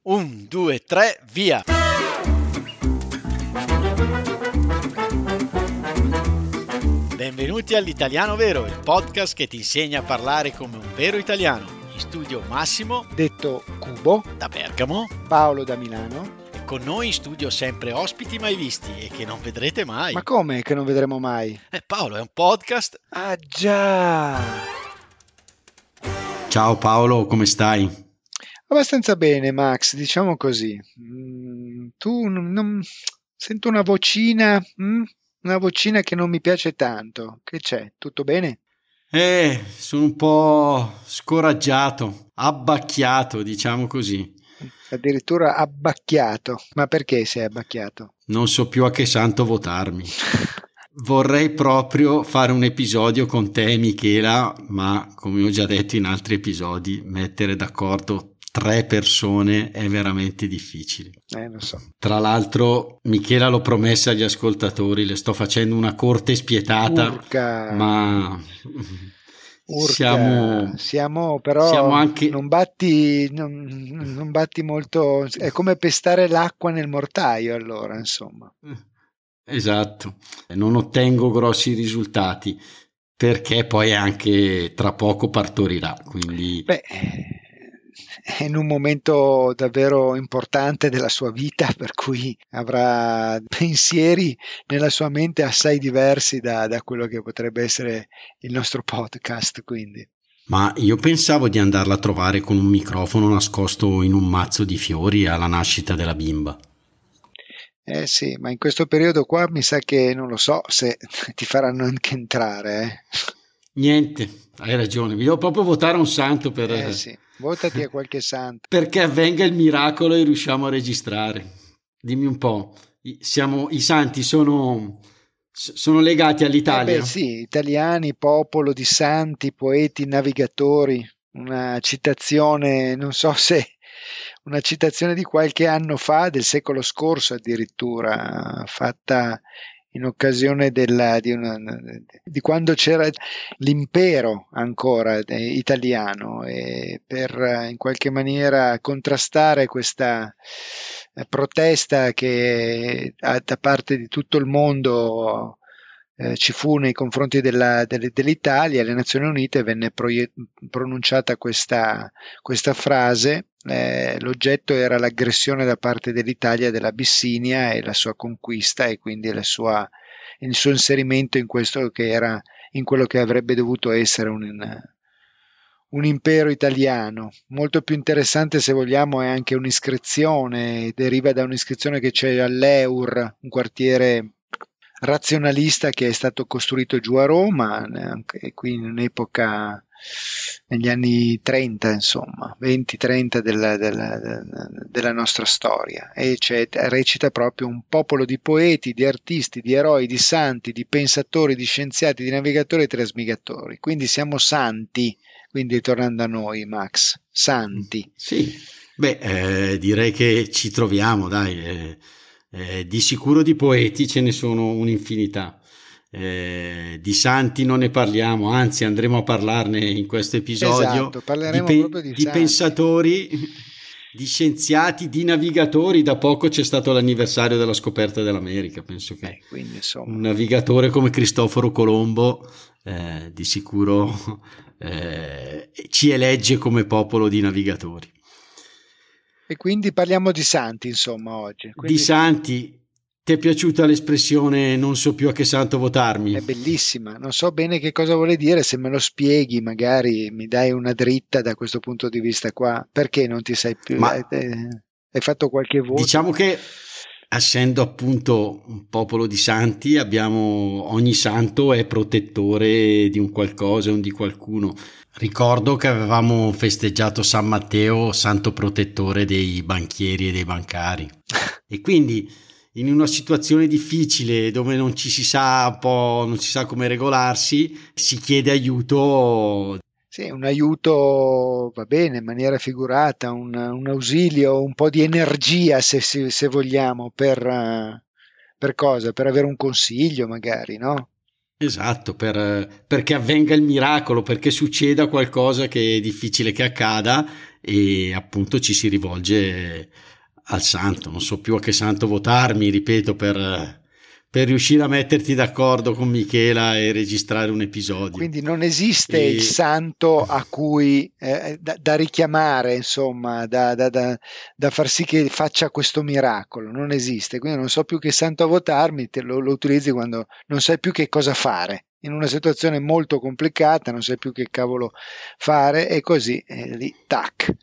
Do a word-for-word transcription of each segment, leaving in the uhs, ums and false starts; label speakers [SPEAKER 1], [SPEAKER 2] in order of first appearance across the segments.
[SPEAKER 1] Un, due, tre, via! Benvenuti all'Italiano Vero, il podcast che ti insegna a parlare come un vero italiano. In studio Massimo,
[SPEAKER 2] detto Cubo,
[SPEAKER 1] da Bergamo,
[SPEAKER 2] Paolo da Milano.
[SPEAKER 1] e con noi in studio sempre ospiti mai visti e che non vedrete mai.
[SPEAKER 2] Ma come che non vedremo mai?
[SPEAKER 1] Eh, Paolo, è un podcast.
[SPEAKER 2] Ah già!
[SPEAKER 3] Ciao Paolo, come stai?
[SPEAKER 2] Abbastanza bene, Max, diciamo così. Mm, tu non, non- sento una vocina, mm? Una vocina che non mi piace tanto. Che c'è? Tutto bene?
[SPEAKER 3] Eh, sono un po' scoraggiato, abbacchiato, diciamo così.
[SPEAKER 2] Addirittura abbacchiato. Ma perché sei abbacchiato?
[SPEAKER 3] Non so più a che santo votarmi. Vorrei proprio fare un episodio con te, Michela, ma come ho già detto in altri episodi, mettere d'accordo tre persone è veramente difficile.
[SPEAKER 2] Eh, lo so.
[SPEAKER 3] Tra l'altro, Michela l'ho promessa agli ascoltatori, le sto facendo una corte spietata,
[SPEAKER 2] Urca.
[SPEAKER 3] ma
[SPEAKER 2] Urca.
[SPEAKER 3] siamo,
[SPEAKER 2] Siamo però
[SPEAKER 3] siamo anche...
[SPEAKER 2] non batti, non, non batti molto, è come pestare l'acqua nel mortaio, allora, insomma.
[SPEAKER 3] Esatto, non ottengo grossi risultati perché poi anche tra poco partorirà, quindi
[SPEAKER 2] Beh, è in un momento davvero importante della sua vita, per cui avrà pensieri nella sua mente assai diversi da, da quello che potrebbe essere il nostro podcast, quindi.
[SPEAKER 3] ma io pensavo di andarla a trovare con un microfono nascosto in un mazzo di fiori alla nascita della bimba.
[SPEAKER 2] Eh sì, ma in questo periodo qua mi sa che non lo so se ti faranno anche entrare, eh.
[SPEAKER 3] Niente, hai ragione, mi devo proprio votare un santo per,
[SPEAKER 2] Eh sì, votati a qualche santo.
[SPEAKER 3] perché avvenga il miracolo e riusciamo a registrare. Dimmi un po', i- siamo, i santi sono, sono legati
[SPEAKER 2] Eh
[SPEAKER 3] all'Italia?
[SPEAKER 2] beh sì, italiani, popolo di santi, poeti, navigatori, una citazione, non so se una citazione di qualche anno fa, del secolo scorso addirittura, fatta in occasione della, di, una, di quando c'era l'impero ancora eh, italiano, e per eh, in qualche maniera contrastare questa eh, protesta che eh, da parte di tutto il mondo eh, ci fu nei confronti della- delle- dell'Italia. Alle Nazioni Unite venne proie- pronunciata questa, questa frase. Eh, l'oggetto era l'aggressione da parte dell'Italia dell'Abissinia e la sua conquista, e quindi la sua- il suo inserimento in questo che era, in quello che avrebbe dovuto essere un, un impero italiano. Molto più interessante, se vogliamo, è anche un'iscrizione, deriva da un'iscrizione che c'è all'Eur, un quartiere razionalista che è stato costruito giù a Roma, e qui in un'epoca, negli anni trenta, insomma, venti trenta della, della- della nostra storia, e c'è- recita proprio: un popolo di poeti, di artisti, di eroi, di santi, di pensatori, di scienziati, di navigatori e trasmigratori. Quindi siamo santi, quindi tornando a noi, Max, santi.
[SPEAKER 3] Sì, beh, eh, direi che ci troviamo, dai. eh, eh, di sicuro di poeti ce ne sono un'infinità. Eh, di santi non ne parliamo, anzi andremo a parlarne in questo episodio.
[SPEAKER 2] Esatto,
[SPEAKER 3] Di,
[SPEAKER 2] parleremo
[SPEAKER 3] pe-
[SPEAKER 2] proprio di
[SPEAKER 3] di
[SPEAKER 2] santi.
[SPEAKER 3] pensatori, di scienziati, di navigatori. Da poco c'è stato l'anniversario della scoperta dell'America. Penso che
[SPEAKER 2] Eh, quindi insomma.
[SPEAKER 3] un navigatore come Cristoforo Colombo eh, di sicuro eh, ci elegge come popolo di navigatori.
[SPEAKER 2] E quindi parliamo di santi, insomma, oggi. Quindi
[SPEAKER 3] Di santi, ti è piaciuta l'espressione non so più a che santo votarmi?
[SPEAKER 2] è bellissima. Non so bene che cosa vuole dire, se me lo spieghi, magari mi dai una dritta da questo punto di vista qua. Perché non ti sai più?
[SPEAKER 3] Ma
[SPEAKER 2] eh, eh, Hai fatto qualche voto?
[SPEAKER 3] diciamo che, essendo appunto un popolo di santi, abbiamo, ogni santo è protettore di un qualcosa, un di qualcuno. Ricordo che avevamo festeggiato San Matteo, santo protettore dei banchieri e dei bancari. E quindi in una situazione difficile dove non ci si sa un po', non si sa come regolarsi, si chiede aiuto.
[SPEAKER 2] Sì, un aiuto va bene, in maniera figurata, un, un ausilio, un po' di energia, se, se- se vogliamo, per, eh, per cosa? Per avere un consiglio, magari, no?
[SPEAKER 3] Esatto, per, perché avvenga il miracolo, perché succeda qualcosa che è difficile che accada e appunto ci si rivolge al santo. Non so più a che santo votarmi, ripeto, per, per riuscire a metterti d'accordo con Michela e registrare un episodio.
[SPEAKER 2] Quindi non esiste
[SPEAKER 3] E...
[SPEAKER 2] il santo a cui eh, da, da richiamare, insomma, da, da, da, da far sì che faccia questo miracolo. Non esiste. Quindi non so più che santo votarmi, te lo, lo utilizzi quando non sai più che cosa fare. In una situazione molto complicata, non sai più che cavolo fare, e così eh, lì, tac,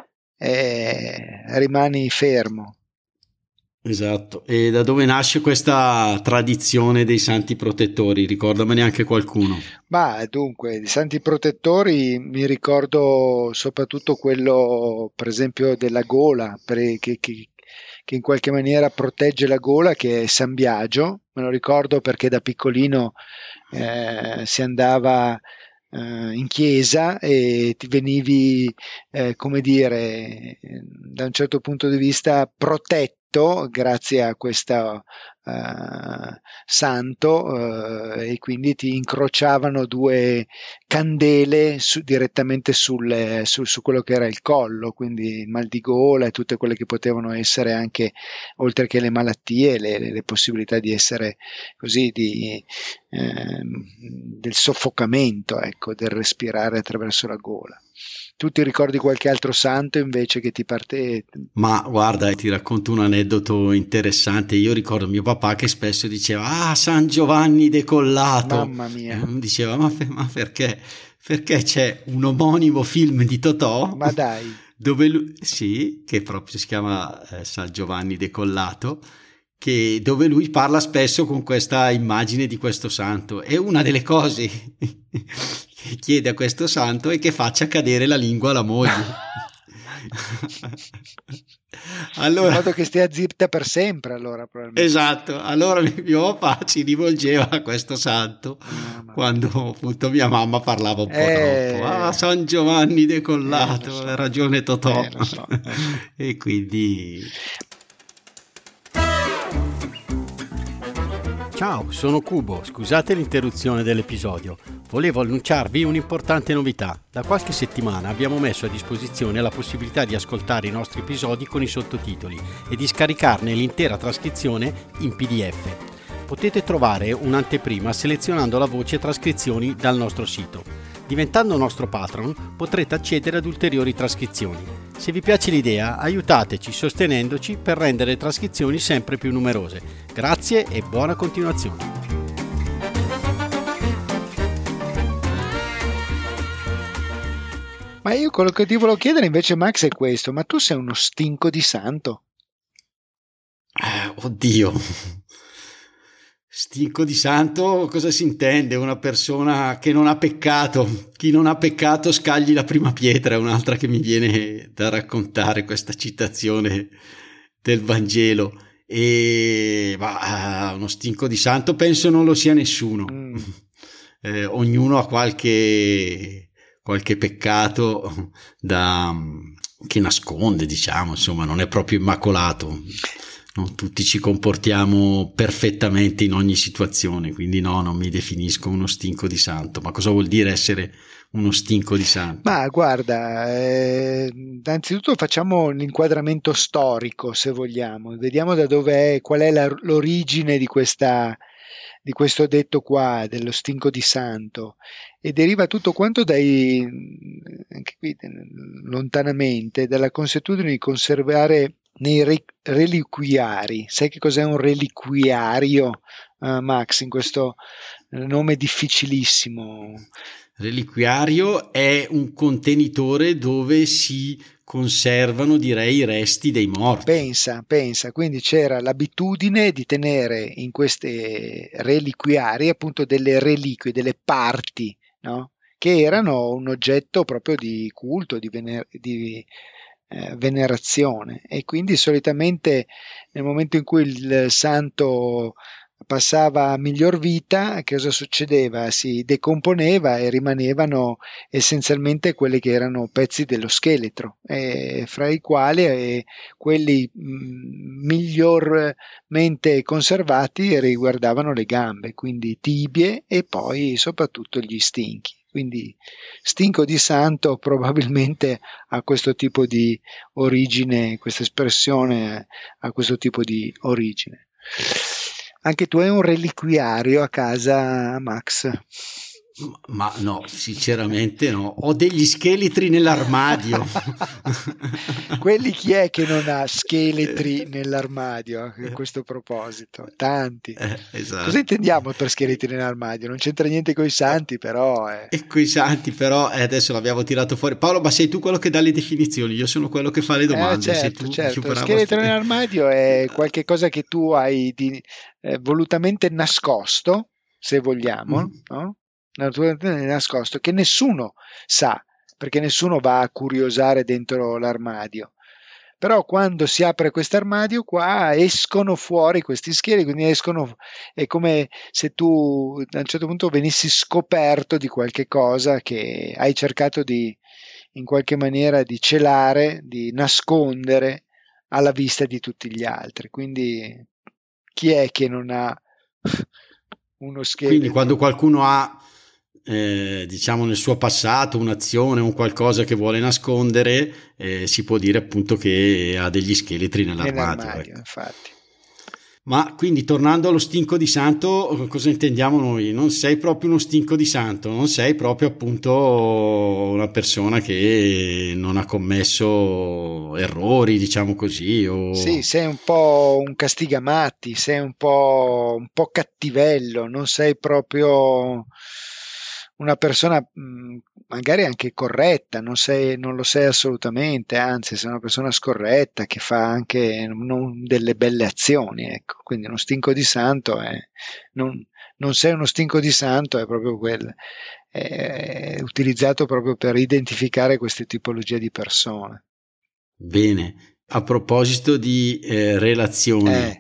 [SPEAKER 2] eh, rimani fermo.
[SPEAKER 3] Esatto, e da dove nasce questa tradizione dei santi protettori? Ricordamene anche qualcuno.
[SPEAKER 2] Ma dunque, di santi protettori mi ricordo soprattutto quello, per esempio, della gola, per- che, che- che in qualche maniera protegge la gola, che è San Biagio. Me lo ricordo perché da piccolino eh, si andava eh, in chiesa e ti venivi, eh, come dire, da un certo punto di vista protetto grazie a questo eh, santo, eh, e quindi ti incrociavano due candele su- direttamente sul, su, su quello che era il collo, quindi il mal di gola e tutte quelle che potevano essere anche, oltre che le malattie, le, le- le possibilità di essere così, di, ehm, del soffocamento, ecco, del respirare attraverso la gola. Tu ti ricordi qualche altro santo invece che ti parte?
[SPEAKER 3] Ma guarda, ti racconto un aneddoto interessante. Io ricordo mio papà che spesso diceva: Ah, San Giovanni decollato.
[SPEAKER 2] Mamma mia.
[SPEAKER 3] E diceva: Ma, ma perché? Perché c'è un omonimo film di Totò.
[SPEAKER 2] Ma dai.
[SPEAKER 3] Dove lui, sì, che proprio si chiama eh, San Giovanni decollato, che, dove lui parla spesso con questa immagine di questo santo. E una delle cose che chiede a questo santo è che faccia cadere la lingua alla moglie. Allora,
[SPEAKER 2] in modo che stia zitta per sempre, allora probabilmente.
[SPEAKER 3] Esatto, allora mio papà ci rivolgeva a questo santo
[SPEAKER 2] Ah,
[SPEAKER 3] quando appunto mia mamma parlava un po'
[SPEAKER 2] eh,
[SPEAKER 3] troppo. Ah, San Giovanni decollato,
[SPEAKER 2] eh, so.
[SPEAKER 3] ha ragione Totò.
[SPEAKER 2] Eh, lo so, lo so.
[SPEAKER 3] E quindi...
[SPEAKER 1] Ciao, sono Cubo, scusate l'interruzione dell'episodio. Volevo annunciarvi un'importante novità. Da qualche settimana abbiamo messo a disposizione la possibilità di ascoltare i nostri episodi con i sottotitoli e di scaricarne l'intera trascrizione in P D F. Potete trovare un'anteprima selezionando la voce trascrizioni dal nostro sito. Diventando nostro patron potrete accedere ad ulteriori trascrizioni. Se vi piace l'idea, aiutateci sostenendoci per rendere le trascrizioni sempre più numerose. Grazie e buona continuazione.
[SPEAKER 2] Ma io quello che ti volevo chiedere invece, Max, è questo: ma tu sei uno stinco di santo?
[SPEAKER 3] Eh, oddio, stinco di santo, cosa si intende? Una persona che non ha peccato. Chi non ha peccato scagli la prima pietra, è un'altra che mi viene da raccontare, questa citazione del Vangelo. E ma, uno stinco di santo penso non lo sia nessuno.
[SPEAKER 2] Mm.
[SPEAKER 3] Eh, ognuno ha qualche, qualche peccato da, che nasconde, diciamo, insomma, non è proprio immacolato. Non tutti ci comportiamo perfettamente in ogni situazione, quindi no, non mi definisco uno stinco di santo. Ma cosa vuol dire essere uno stinco di santo?
[SPEAKER 2] Ma guarda, eh, innanzitutto facciamo l'inquadramento storico, se vogliamo, vediamo da dove è, qual è la- l'origine di questa, di questo detto qua, dello stinco di santo, e deriva tutto quanto dai, anche qui lontanamente, dalla consuetudine di conservare nei re- reliquiari. Sai che cos'è un reliquiario, eh, Max, in questo nome difficilissimo?
[SPEAKER 3] Reliquiario è un contenitore dove si conservano, direi, i resti dei morti.
[SPEAKER 2] Pensa, pensa, quindi c'era l'abitudine di tenere in queste reliquiarie appunto delle reliquie, delle parti, no? Che erano un oggetto proprio di culto, di, vener- di eh, venerazione, e quindi solitamente nel momento in cui il santo passava a miglior vita, che cosa succedeva? Si decomponeva e rimanevano essenzialmente quelli che erano pezzi dello scheletro, eh, fra i quali eh, quelli mh, migliormente conservati riguardavano le gambe, quindi tibie e poi soprattutto gli stinchi. Quindi stinco di santo probabilmente ha questo tipo di origine, questa espressione ha questo tipo di origine. Anche tu hai un reliquiario a casa, Max?
[SPEAKER 3] Ma no, sinceramente no. Ho degli scheletri nell'armadio.
[SPEAKER 2] Quelli chi è che non ha scheletri nell'armadio a questo proposito? Tanti.
[SPEAKER 3] Eh, esatto.
[SPEAKER 2] Cosa intendiamo per scheletri nell'armadio? Non c'entra niente con i santi, però. Eh.
[SPEAKER 3] E coi santi, però, eh, adesso l'abbiamo tirato fuori. Paolo, ma sei tu quello che dà le definizioni? Io sono quello che fa le domande.
[SPEAKER 2] Eh, certo,
[SPEAKER 3] sei tu
[SPEAKER 2] certo.
[SPEAKER 3] più bravo.
[SPEAKER 2] Scheletro nell'armadio è qualche cosa che tu hai di, eh, volutamente nascosto, se vogliamo, mm. no? Naturalmente nascosto, che nessuno sa, perché nessuno va a curiosare dentro l'armadio. Però quando si apre questo armadio qua escono fuori questi scheletri, quindi escono, è come se tu a un certo punto venissi scoperto di qualche cosa che hai cercato di in qualche maniera di celare, di nascondere alla vista di tutti gli altri. Quindi chi è che non ha uno scheletro?
[SPEAKER 3] Quindi quando qualcuno ha Eh, diciamo nel suo passato un'azione, un qualcosa che vuole nascondere, eh, si può dire appunto che ha degli scheletri nell'armadio,
[SPEAKER 2] nell'armadio,
[SPEAKER 3] ecco.
[SPEAKER 2] Infatti.
[SPEAKER 3] Ma quindi tornando allo stinco di santo, cosa intendiamo noi? Non sei proprio uno stinco di santo, non sei proprio appunto una persona che non ha commesso errori, diciamo così. O...
[SPEAKER 2] Sì, sei un po' un castigamatti, sei un po', un po' cattivello, non sei proprio una persona mh, magari anche corretta, non, sei, non lo sei assolutamente, anzi sei una persona scorretta che fa anche non delle belle azioni, ecco. Quindi uno stinco di santo è, non, non sei uno stinco di santo, è proprio quel, è utilizzato proprio per identificare queste tipologie di persone.
[SPEAKER 3] Bene, a proposito di eh, relazioni
[SPEAKER 2] eh.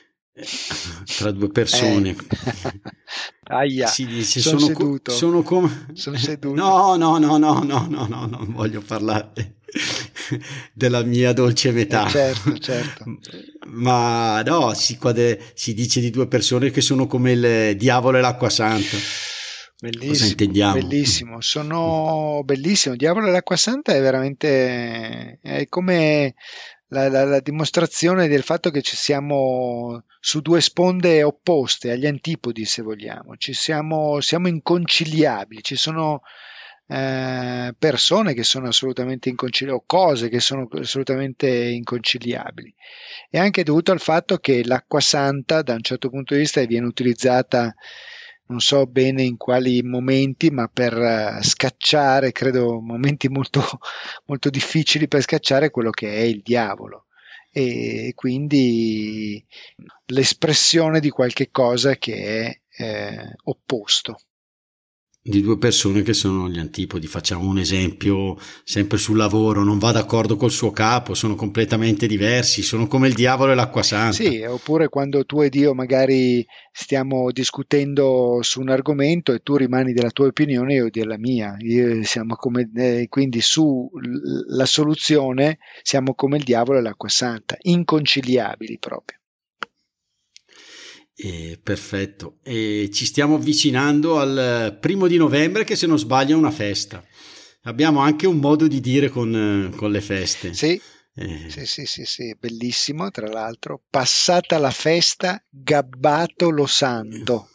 [SPEAKER 3] tra due persone,
[SPEAKER 2] eh. Aia,
[SPEAKER 3] si dice
[SPEAKER 2] sono,
[SPEAKER 3] sono,
[SPEAKER 2] seduto.
[SPEAKER 3] Co- sono come
[SPEAKER 2] sono seduto.
[SPEAKER 3] No, no, no, no, no, no, no, non voglio parlare della mia dolce metà.
[SPEAKER 2] Eh, certo, certo.
[SPEAKER 3] Ma no, si, si dice di due persone che sono come il diavolo e l'acqua santa.
[SPEAKER 2] Bellissimo,
[SPEAKER 3] cosa intendiamo?
[SPEAKER 2] Bellissimo, sono bellissimo. Il diavolo e l'acqua santa è veramente è come la, la, la dimostrazione del fatto che ci siamo su due sponde opposte, agli antipodi, se vogliamo. Ci siamo, siamo inconciliabili. Ci sono eh, persone che sono assolutamente inconciliabili, o cose che sono assolutamente inconciliabili. E anche dovuto al fatto che l'acqua santa, da un certo punto di vista, viene utilizzata, non so bene in quali momenti, ma per scacciare, credo, momenti molto, molto difficili per scacciare quello che è il diavolo, e quindi l'espressione di qualche cosa che è eh, opposto.
[SPEAKER 3] Di due persone che sono gli antipodi. Facciamo un esempio sempre sul lavoro: non va d'accordo col suo capo, sono completamente diversi, sono come il diavolo e l'acqua santa.
[SPEAKER 2] Sì, oppure quando tu ed io magari stiamo discutendo su un argomento e tu rimani della tua opinione e io della mia, io siamo come, eh, quindi sulla soluzione siamo come il diavolo e l'acqua santa, inconciliabili proprio.
[SPEAKER 3] Eh, perfetto, e ci stiamo avvicinando al primo di novembre, che se non sbaglio è una festa. Abbiamo anche un modo di dire con, con le feste.
[SPEAKER 2] Sì, eh. sì, sì, sì, sì, bellissimo. Tra l'altro, passata la festa, gabbato lo santo.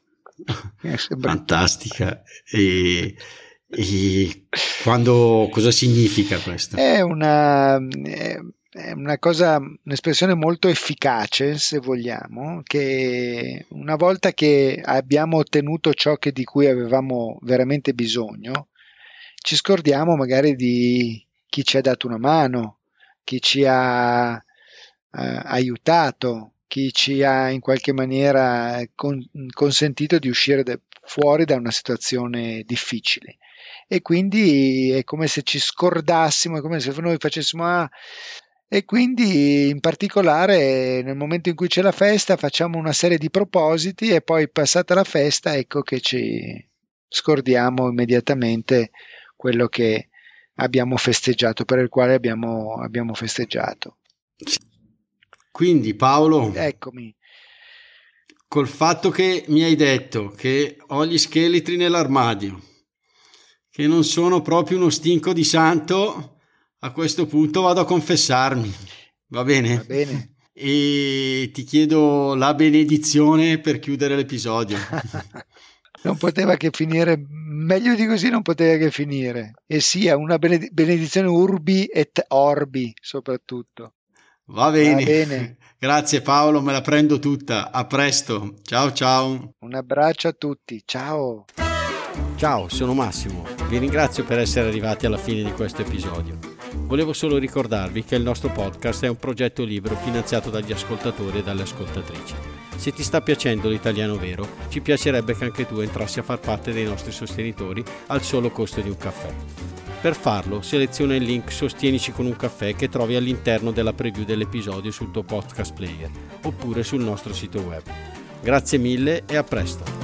[SPEAKER 3] Fantastica. E, e quando, cosa significa questo?
[SPEAKER 2] È una... È... È una cosa, un'espressione molto efficace, se vogliamo, che una volta che abbiamo ottenuto ciò che di cui avevamo veramente bisogno, ci scordiamo magari di chi ci ha dato una mano, chi ci ha eh, aiutato, chi ci ha in qualche maniera con, consentito di uscire de, fuori da una situazione difficile. E quindi è come se ci scordassimo, è come se noi facessimo ah, E quindi in particolare nel momento in cui c'è la festa facciamo una serie di propositi e poi passata la festa ecco che ci scordiamo immediatamente quello che abbiamo festeggiato, per il quale abbiamo, abbiamo festeggiato.
[SPEAKER 3] Quindi Paolo,
[SPEAKER 2] eccomi.
[SPEAKER 3] Col fatto che mi hai detto che ho gli scheletri nell'armadio, che non sono proprio uno stinco di santo, a questo punto vado a confessarmi, va bene?
[SPEAKER 2] Va bene.
[SPEAKER 3] E ti chiedo la benedizione per chiudere l'episodio.
[SPEAKER 2] Non poteva che finire, meglio di così non poteva che finire. E sia una benedizione urbi et orbi soprattutto.
[SPEAKER 3] Va bene.
[SPEAKER 2] Va bene.
[SPEAKER 3] Grazie Paolo, me la prendo tutta. A presto. Ciao ciao.
[SPEAKER 2] Un abbraccio a tutti. Ciao.
[SPEAKER 1] Ciao, sono Massimo. Vi ringrazio per essere arrivati alla fine di questo episodio. Volevo solo ricordarvi che il nostro podcast è un progetto libero finanziato dagli ascoltatori e dalle ascoltatrici. Se ti sta piacendo l'italiano vero, ci piacerebbe che anche tu entrassi a far parte dei nostri sostenitori al solo costo di un caffè. Per farlo, seleziona il link Sostienici con un caffè che trovi all'interno della preview dell'episodio sul tuo podcast player oppure sul nostro sito web. Grazie mille e a presto!